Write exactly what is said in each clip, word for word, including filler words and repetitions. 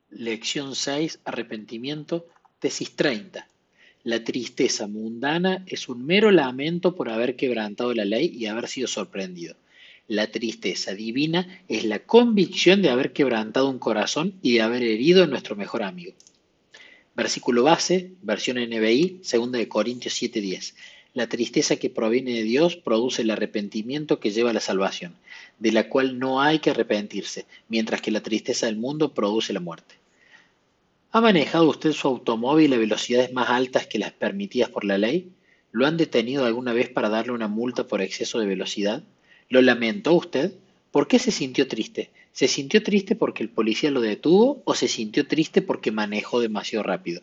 Lección seis, arrepentimiento, tesis treinta. La tristeza mundana es un mero lamento por haber quebrantado la ley y haber sido sorprendido. La tristeza divina es la convicción de haber quebrantado un corazón y de haber herido a nuestro mejor amigo. Versículo base, versión N B I, segunda de Corintios siete diez. La tristeza que proviene de Dios produce el arrepentimiento que lleva a la salvación, de la cual no hay que arrepentirse, mientras que la tristeza del mundo produce la muerte. ¿Ha manejado usted su automóvil a velocidades más altas que las permitidas por la ley? ¿Lo han detenido alguna vez para darle una multa por exceso de velocidad? ¿Lo lamentó usted? ¿Por qué se sintió triste? ¿Se sintió triste porque el policía lo detuvo o se sintió triste porque manejó demasiado rápido?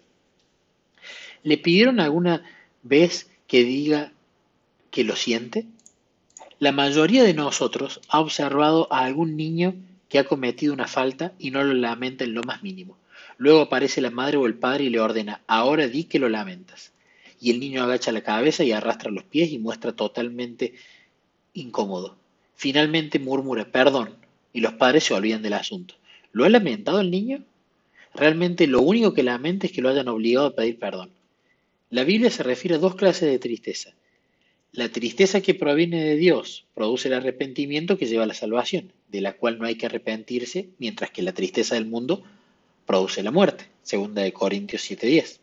¿Le pidieron alguna vez que diga que lo siente? La mayoría de nosotros ha observado a algún niño que ha cometido una falta y no lo lamenta en lo más mínimo. Luego aparece la madre o el padre y le ordena, ahora di que lo lamentas. Y el niño agacha la cabeza y arrastra los pies y muestra totalmente incómodo. Finalmente murmura, perdón, y los padres se olvidan del asunto. ¿Lo ha lamentado el niño? Realmente lo único que lamenta es que lo hayan obligado a pedir perdón. La Biblia se refiere a dos clases de tristeza. La tristeza que proviene de Dios produce el arrepentimiento que lleva a la salvación, de la cual no hay que arrepentirse, mientras que la tristeza del mundo produce la muerte, segunda de Corintios siete diez.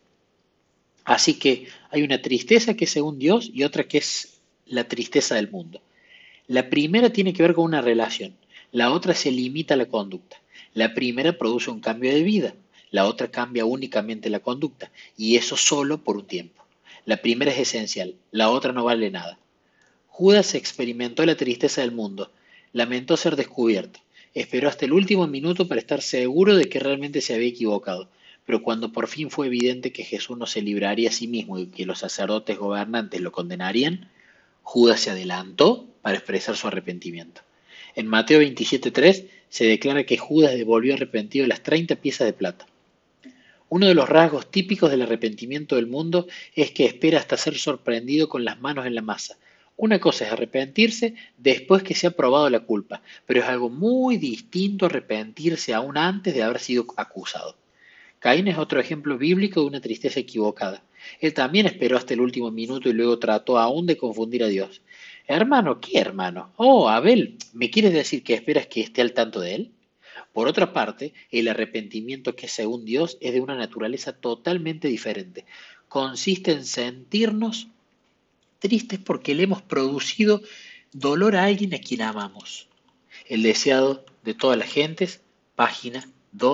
Así que hay una tristeza que es según Dios y otra que es la tristeza del mundo. La primera tiene que ver con una relación, la otra se limita a la conducta. La primera produce un cambio de vida, la otra cambia únicamente la conducta, y eso solo por un tiempo. La primera es esencial, la otra no vale nada. Judas experimentó la tristeza del mundo, lamentó ser descubierto, esperó hasta el último minuto para estar seguro de que realmente se había equivocado, pero cuando por fin fue evidente que Jesús no se libraría a sí mismo y que los sacerdotes gobernantes lo condenarían, Judas se adelantó para expresar su arrepentimiento. En Mateo veintisiete tres se declara que Judas devolvió arrepentido las treinta piezas de plata. Uno de los rasgos típicos del arrepentimiento del mundo es que espera hasta ser sorprendido con las manos en la masa. Una cosa es arrepentirse después que se ha probado la culpa, pero es algo muy distinto arrepentirse aún antes de haber sido acusado. Caín es otro ejemplo bíblico de una tristeza equivocada. Él también esperó hasta el último minuto y luego trató aún de confundir a Dios. Hermano, ¿qué hermano? Oh, Abel, ¿me quieres decir que esperas que esté al tanto de él? Por otra parte, el arrepentimiento que según Dios es de una naturaleza totalmente diferente. Consiste en sentirnos tristes porque le hemos producido dolor a alguien a quien amamos. El deseado de todas las gentes, página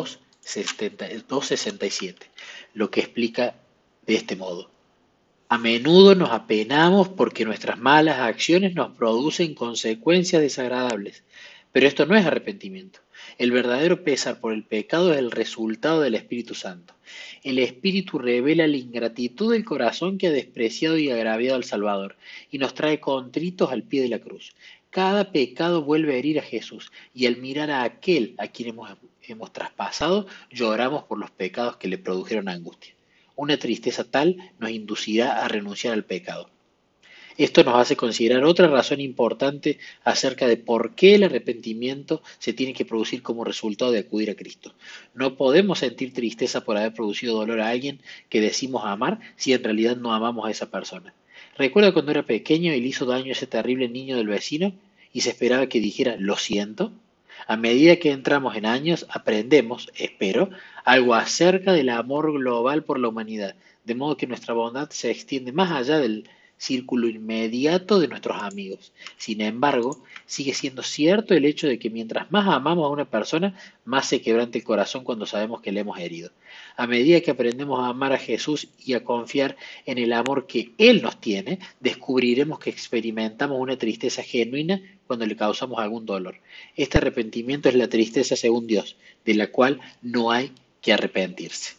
doscientos sesenta y siete, lo que explica de este modo. A menudo nos apenamos porque nuestras malas acciones nos producen consecuencias desagradables, pero esto no es arrepentimiento. El verdadero pesar por el pecado es el resultado del Espíritu Santo. El Espíritu revela la ingratitud del corazón que ha despreciado y agraviado al Salvador y nos trae contritos al pie de la cruz. Cada pecado vuelve a herir a Jesús y al mirar a aquel a quien hemos, hemos traspasado, lloramos por los pecados que le produjeron angustia. Una tristeza tal nos inducirá a renunciar al pecado. Esto nos hace considerar otra razón importante acerca de por qué el arrepentimiento se tiene que producir como resultado de acudir a Cristo. No podemos sentir tristeza por haber producido dolor a alguien que decimos amar si en realidad no amamos a esa persona. ¿Recuerda cuando era pequeño y le hizo daño a ese terrible niño del vecino y se esperaba que dijera lo siento? A medida que entramos en años, aprendemos, espero, algo acerca del amor global por la humanidad, de modo que nuestra bondad se extiende más allá del círculo inmediato de nuestros amigos. Sin embargo, sigue siendo cierto el hecho de que mientras más amamos a una persona, más se quebranta el corazón cuando sabemos que le hemos herido. A medida que aprendemos a amar a Jesús y a confiar en el amor que Él nos tiene, descubriremos que experimentamos una tristeza genuina cuando le causamos algún dolor. Este arrepentimiento es la tristeza según Dios, de la cual no hay que arrepentirse.